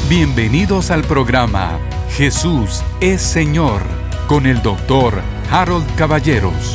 Bienvenidos al programa Jesús es Señor con el Dr. Harold Caballeros.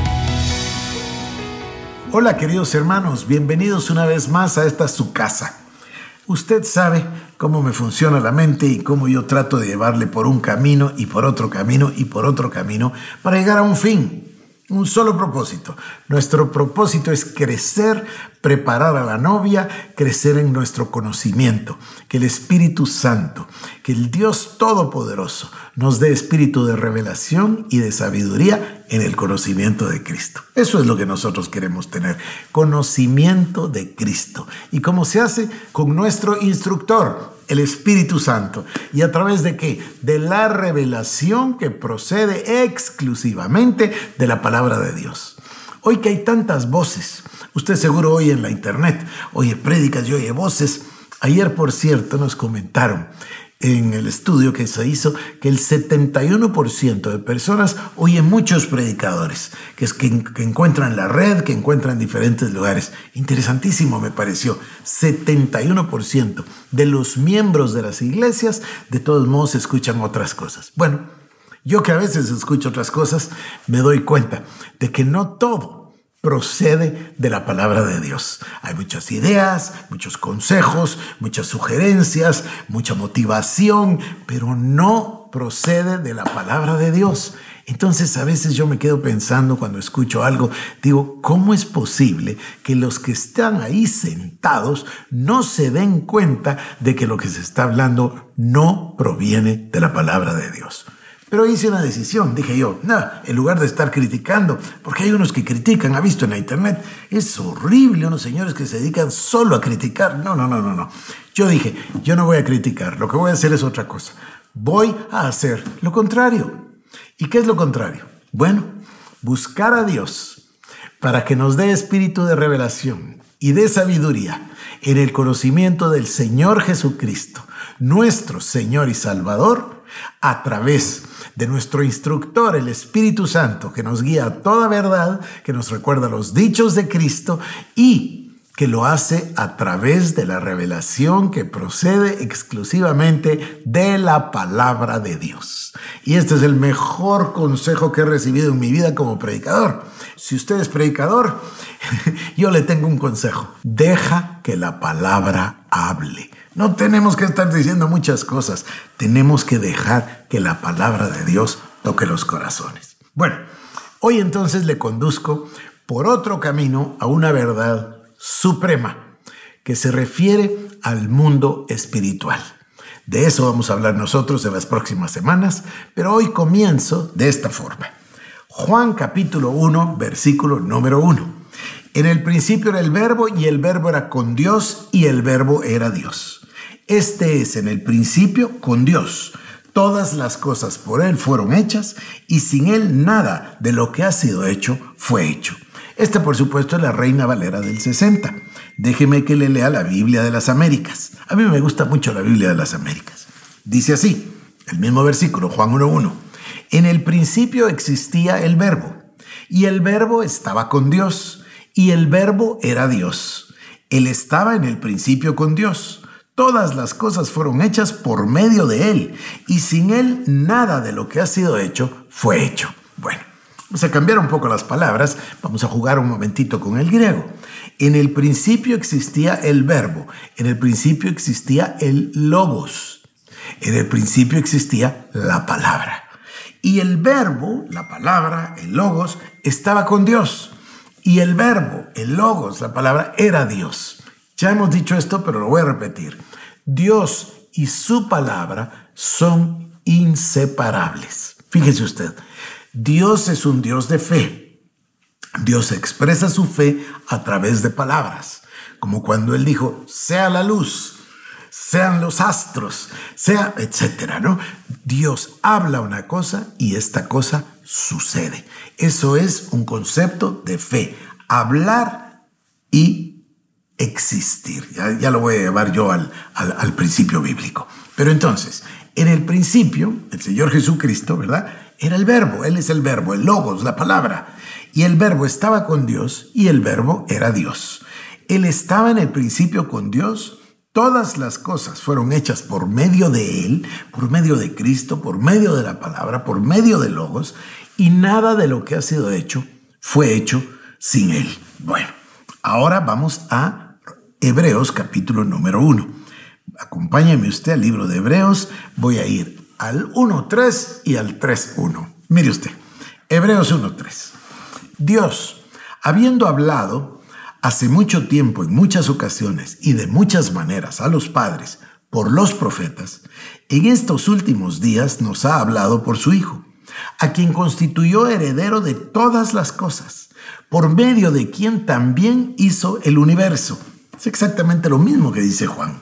Hola queridos hermanos, bienvenidos una vez más a esta su casa. Usted sabe cómo me funciona la mente y cómo yo trato de llevarle por un camino y por otro camino y por otro camino para llegar a un fin. Un solo propósito. Nuestro propósito es crecer, preparar a la novia, crecer en nuestro conocimiento. Que el Espíritu Santo, que el Dios Todopoderoso nos dé espíritu de revelación y de sabiduría en el conocimiento de Cristo. Eso es lo que nosotros queremos tener, conocimiento de Cristo. ¿Y cómo se hace? Con nuestro instructor, el Espíritu Santo. ¿Y a través de qué? De la revelación que procede exclusivamente de la palabra de Dios. Hoy que hay tantas voces, usted seguro oye en la internet, oye prédicas y oye voces. Ayer, por cierto, nos comentaron en el estudio que se hizo que el 71% de personas oyen muchos predicadores, que encuentran en la red, que encuentran en diferentes lugares. Interesantísimo me pareció. 71% de los miembros de las iglesias, de todos modos, escuchan otras cosas. Bueno, yo que a veces escucho otras cosas, me doy cuenta de que no todo procede de la palabra de Dios. Hay muchas ideas, muchos consejos, muchas sugerencias, mucha motivación, pero no procede de la palabra de Dios. Entonces a veces yo me quedo pensando cuando escucho algo, digo, ¿cómo es posible que los que están ahí sentados no se den cuenta de que lo que se está hablando no proviene de la palabra de Dios? Pero hice una decisión, dije yo, en lugar de estar criticando, porque hay unos que critican, ha visto en la internet, es horrible, unos señores que se dedican solo a criticar. No. Yo dije, yo no voy a criticar, lo que voy a hacer es otra cosa. Voy a hacer lo contrario. ¿Y qué es lo contrario? Bueno, buscar a Dios para que nos dé espíritu de revelación y de sabiduría en el conocimiento del Señor Jesucristo, nuestro Señor y Salvador, a través de nuestro instructor, el Espíritu Santo, que nos guía a toda verdad, que nos recuerda los dichos de Cristo y que lo hace a través de la revelación que procede exclusivamente de la palabra de Dios. Y este es el mejor consejo que he recibido en mi vida como predicador. Si usted es predicador, yo le tengo un consejo. Deja que la palabra hable. No tenemos que estar diciendo muchas cosas. Tenemos que dejar que la palabra de Dios toque los corazones. Bueno, hoy entonces le conduzco por otro camino a una verdad suprema que se refiere al mundo espiritual. De eso vamos a hablar nosotros en las próximas semanas, pero hoy comienzo de esta forma. Juan capítulo 1, versículo número 1. En el principio era el Verbo, y el Verbo era con Dios, y el Verbo era Dios. Este es en el principio con Dios. Todas las cosas por Él fueron hechas, y sin Él nada de lo que ha sido hecho fue hecho. Esta, por supuesto, es la Reina Valera del 60. Déjeme que le lea la Biblia de las Américas. A mí me gusta mucho la Biblia de las Américas. Dice así, el mismo versículo, Juan 1:1. En el principio existía el Verbo, y el Verbo estaba con Dios, y el Verbo era Dios. Él estaba en el principio con Dios. Todas las cosas fueron hechas por medio de Él, y sin Él nada de lo que ha sido hecho fue hecho. Bueno, vamos a cambiar un poco las palabras, vamos a jugar un momentito con el griego. En el principio existía el Verbo, en el principio existía el Logos, en el principio existía la palabra. Y el Verbo, la palabra, el Logos, estaba con Dios. Y el Verbo, el Logos, la palabra, era Dios. Ya hemos dicho esto, pero lo voy a repetir. Dios y su palabra son inseparables. Fíjese usted, Dios es un Dios de fe. Dios expresa su fe a través de palabras, como cuando Él dijo, sea la luz, sean los astros, sea, etcétera, ¿no? Dios habla una cosa y esta cosa sucede. Eso es un concepto de fe. Hablar y existir. Ya lo voy a llevar yo al principio bíblico. Pero entonces, en el principio, el Señor Jesucristo, ¿verdad? Era el Verbo. Él es el Verbo, el Logos, la palabra. Y el Verbo estaba con Dios y el Verbo era Dios. Él estaba en el principio con Dios. Todas las cosas fueron hechas por medio de Él, por medio de Cristo, por medio de la palabra, por medio de Logos, y nada de lo que ha sido hecho fue hecho sin Él. Bueno, ahora vamos a Hebreos capítulo número 1. Acompáñeme usted al libro de Hebreos. Voy a ir al 1.3 y al 3.1. Mire usted, Hebreos 1.3. Dios, habiendo hablado hace mucho tiempo, en muchas ocasiones y de muchas maneras a los padres por los profetas, en estos últimos días nos ha hablado por su Hijo, a quien constituyó heredero de todas las cosas, por medio de quien también hizo el universo. Es exactamente lo mismo que dice Juan.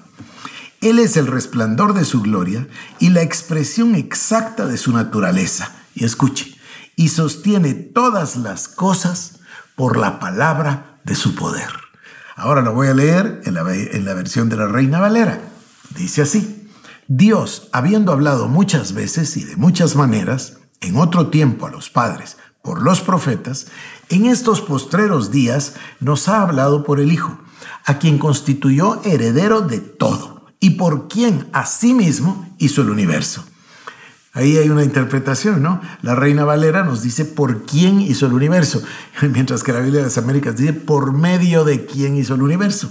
Él es el resplandor de su gloria y la expresión exacta de su naturaleza. Y escuche, y sostiene todas las cosas por la palabra de su poder. Ahora lo voy a leer en la versión de la Reina Valera. Dice así: Dios, habiendo hablado muchas veces y de muchas maneras, en otro tiempo a los padres, por los profetas, en estos postreros días nos ha hablado por el Hijo, a quien constituyó heredero de todo, y por quien asimismo hizo el universo. Ahí hay una interpretación, ¿no? La Reina Valera nos dice por quién hizo el universo, mientras que la Biblia de las Américas dice por medio de quién hizo el universo,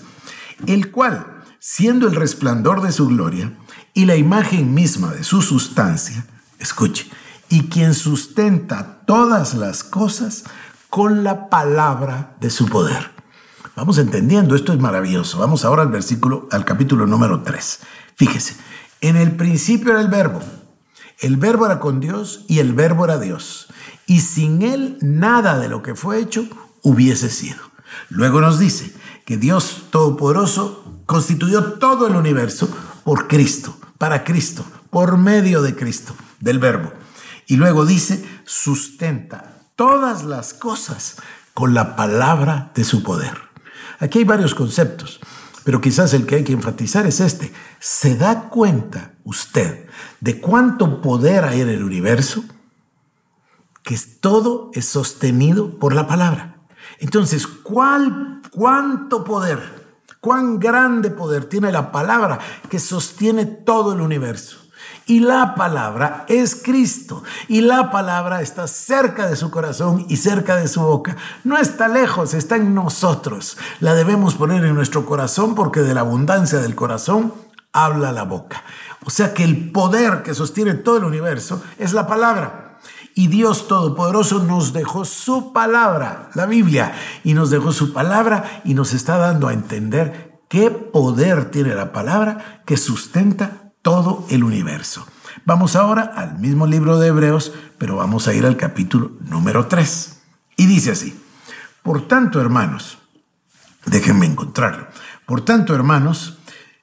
el cual, siendo el resplandor de su gloria y la imagen misma de su sustancia, escuche, y quien sustenta todas las cosas con la palabra de su poder. Vamos entendiendo, esto es maravilloso. Vamos ahora al capítulo número 3. Fíjese, en el principio era el Verbo. El Verbo era con Dios y el Verbo era Dios. Y sin Él nada de lo que fue hecho hubiese sido. Luego nos dice que Dios Todopoderoso constituyó todo el universo por Cristo, para Cristo, por medio de Cristo, del Verbo. Y luego dice, sustenta todas las cosas con la palabra de su poder. Aquí hay varios conceptos, pero quizás el que hay que enfatizar es este. ¿Se da cuenta usted de cuánto poder hay en el universo? Que todo es sostenido por la palabra. Entonces, ¿cuánto poder, cuán grande poder tiene la palabra que sostiene todo el universo? Y la palabra es Cristo. Y la palabra está cerca de su corazón y cerca de su boca. No está lejos, está en nosotros. La debemos poner en nuestro corazón porque de la abundancia del corazón habla la boca. O sea que el poder que sostiene todo el universo es la palabra. Y Dios Todopoderoso nos dejó su palabra, la Biblia, y nos dejó su palabra y nos está dando a entender qué poder tiene la palabra que sustenta todo el universo. Vamos ahora al mismo libro de Hebreos, pero vamos a ir al capítulo número 3. Y dice así: por tanto, hermanos, déjenme encontrarlo. Por tanto, hermanos,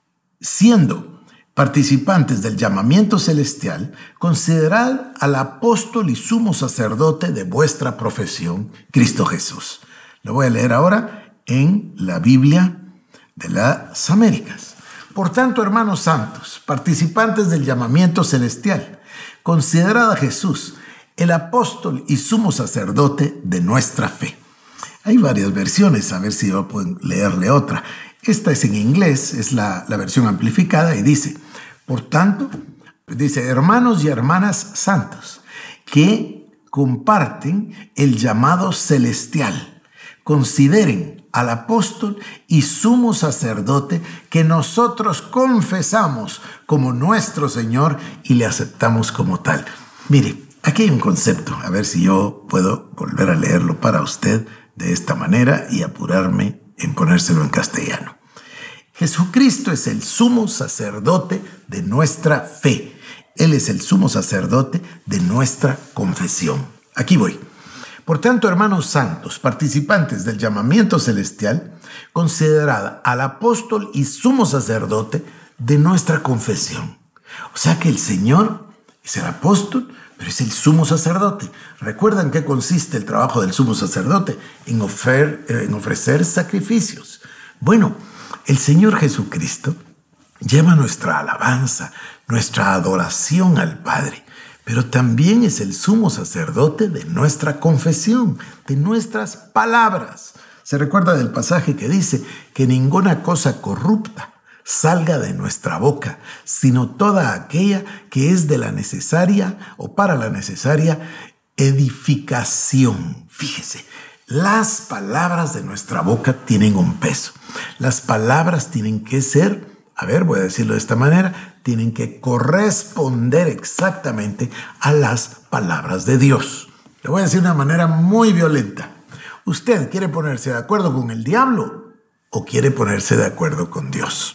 siendo participantes del llamamiento celestial, considerad al apóstol y sumo sacerdote de vuestra profesión, Cristo Jesús. Lo voy a leer ahora en la Biblia de las Américas. Por tanto, hermanos santos, participantes del llamamiento celestial, considerad a Jesús, el apóstol y sumo sacerdote de nuestra fe. Hay varias versiones, a ver si yo puedo leerle otra. Esta es en inglés, es la versión amplificada y dice, por tanto, dice, hermanos y hermanas santos, que comparten el llamado celestial, consideren al apóstol y sumo sacerdote que nosotros confesamos como nuestro Señor y le aceptamos como tal. Mire, aquí hay un concepto, a ver si yo puedo volver a leerlo para usted de esta manera y apurarme en ponérselo en castellano. Jesucristo es el sumo sacerdote de nuestra fe. Él es el sumo sacerdote de nuestra confesión. Aquí voy. Por tanto, hermanos santos, participantes del llamamiento celestial, considerad al apóstol y sumo sacerdote de nuestra confesión. O sea que el Señor es el apóstol, pero es el sumo sacerdote. ¿Recuerdan qué consiste el trabajo del sumo sacerdote? En ofrecer sacrificios. Bueno, el Señor Jesucristo lleva nuestra alabanza, nuestra adoración al Padre, pero también es el sumo sacerdote de nuestra confesión, de nuestras palabras. Se recuerda del pasaje que dice que ninguna cosa corrupta salga de nuestra boca, sino toda aquella que es de la necesaria o para la necesaria edificación. Fíjese, las palabras de nuestra boca tienen un peso. Las palabras tienen que ser, voy a decirlo de esta manera, tienen que corresponder exactamente a las palabras de Dios. Lo voy a decir de una manera muy violenta. ¿Usted quiere ponerse de acuerdo con el diablo o quiere ponerse de acuerdo con Dios?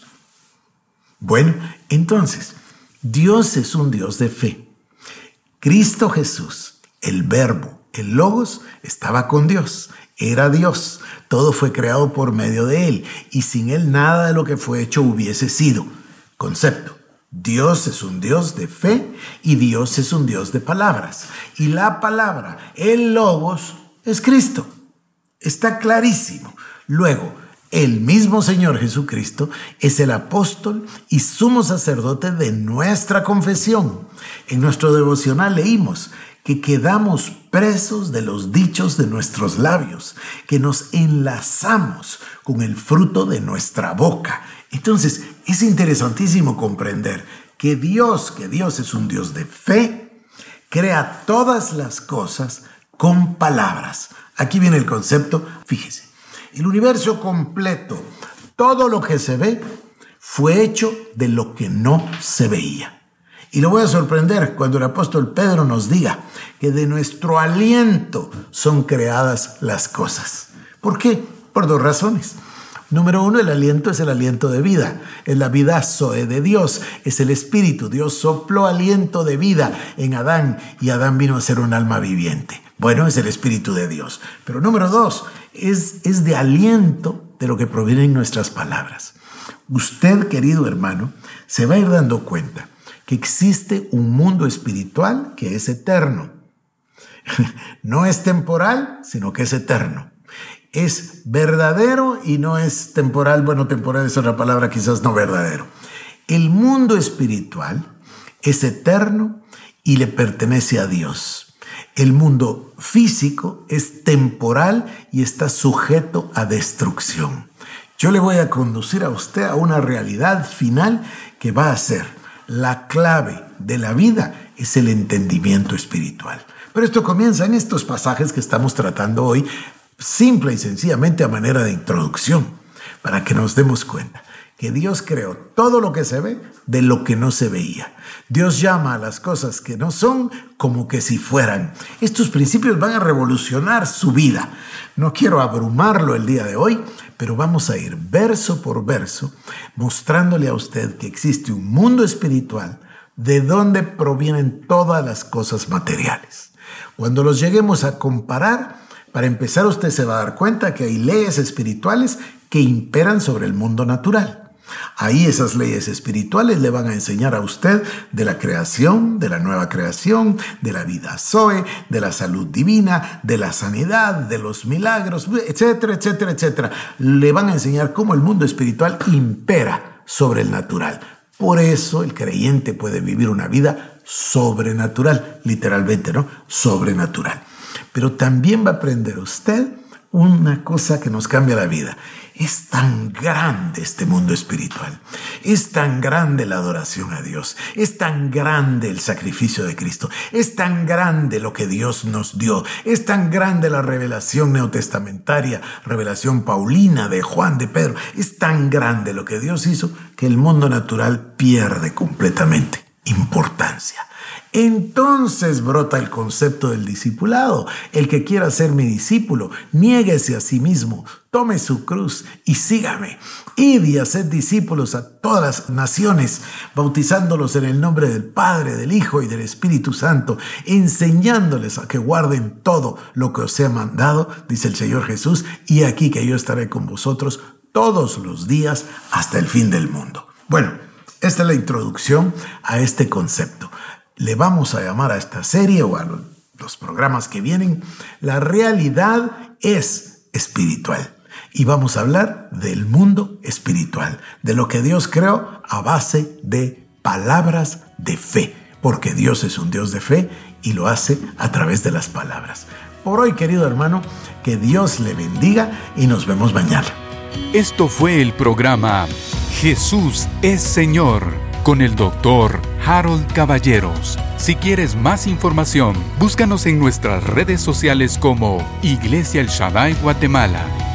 Bueno, entonces, Dios es un Dios de fe. Cristo Jesús, el Verbo, el Logos, estaba con Dios. Era Dios. Todo fue creado por medio de Él. Y sin Él nada de lo que fue hecho hubiese sido. Concepto. Dios es un Dios de fe y Dios es un Dios de palabras. Y la palabra, el Logos, es Cristo. Está clarísimo. Luego, el mismo Señor Jesucristo es el apóstol y sumo sacerdote de nuestra confesión. En nuestro devocional leímos que quedamos presos de los dichos de nuestros labios, que nos enlazamos con el fruto de nuestra boca. Entonces, es interesantísimo comprender que Dios es un Dios de fe, crea todas las cosas con palabras. Aquí viene el concepto, fíjese, el universo completo, todo lo que se ve, fue hecho de lo que no se veía. Y lo voy a sorprender cuando el apóstol Pedro nos diga que de nuestro aliento son creadas las cosas. ¿Por qué? Por dos razones. Número uno, el aliento es el aliento de vida. Es la vida zoe de Dios. Es el espíritu. Dios sopló aliento de vida en Adán y Adán vino a ser un alma viviente. Bueno, es el espíritu de Dios. Pero número dos, es de aliento de lo que provienen nuestras palabras. Usted, querido hermano, se va a ir dando cuenta que existe un mundo espiritual que es eterno. No es temporal, sino que es eterno. Es verdadero y no es temporal. Bueno, temporal es otra palabra, quizás no verdadero. El mundo espiritual es eterno y le pertenece a Dios. El mundo físico es temporal y está sujeto a destrucción. Yo le voy a conducir a usted a una realidad final que va a ser la clave de la vida, es el entendimiento espiritual. Pero esto comienza en estos pasajes que estamos tratando hoy, simple y sencillamente a manera de introducción, para que nos demos cuenta que Dios creó todo lo que se ve de lo que no se veía. Dios llama a las cosas que no son como que si fueran. Estos principios van a revolucionar su vida. No quiero abrumarlo el día de hoy, pero vamos a ir verso por verso mostrándole a usted que existe un mundo espiritual de donde provienen todas las cosas materiales. Cuando los lleguemos a comparar, para empezar usted se va a dar cuenta que hay leyes espirituales que imperan sobre el mundo natural. Ahí esas leyes espirituales le van a enseñar a usted de la creación, de la nueva creación, de la vida zoe, de la salud divina, de la sanidad, de los milagros, etcétera, etcétera, etcétera. Le van a enseñar cómo el mundo espiritual impera sobre el natural. Por eso el creyente puede vivir una vida sobrenatural, literalmente, ¿no? Sobrenatural. Pero también va a aprender usted una cosa que nos cambia la vida. Es tan grande este mundo espiritual. Es tan grande la adoración a Dios. Es tan grande el sacrificio de Cristo. Es tan grande lo que Dios nos dio. Es tan grande la revelación neotestamentaria, revelación paulina de Juan, de Pedro. Es tan grande lo que Dios hizo que el mundo natural pierde completamente importancia. Entonces brota el concepto del discipulado. El que quiera ser mi discípulo, niéguese a sí mismo, tome su cruz y sígame. Id y haced discípulos a todas las naciones, bautizándolos en el nombre del Padre, del Hijo y del Espíritu Santo, enseñándoles a que guarden todo lo que os he mandado, dice el Señor Jesús, y aquí que yo estaré con vosotros todos los días hasta el fin del mundo. Bueno, esta es la introducción a este concepto. Le vamos a llamar a esta serie o a los programas que vienen, La realidad es espiritual. Y vamos a hablar del mundo espiritual, de lo que Dios creó a base de palabras de fe, porque Dios es un Dios de fe y lo hace a través de las palabras. Por hoy, querido hermano, que Dios le bendiga y nos vemos mañana. Esto fue el programa Jesús es Señor, con el Dr. Harold Caballeros. Si quieres más información, búscanos en nuestras redes sociales como Iglesia El Shaddai Guatemala.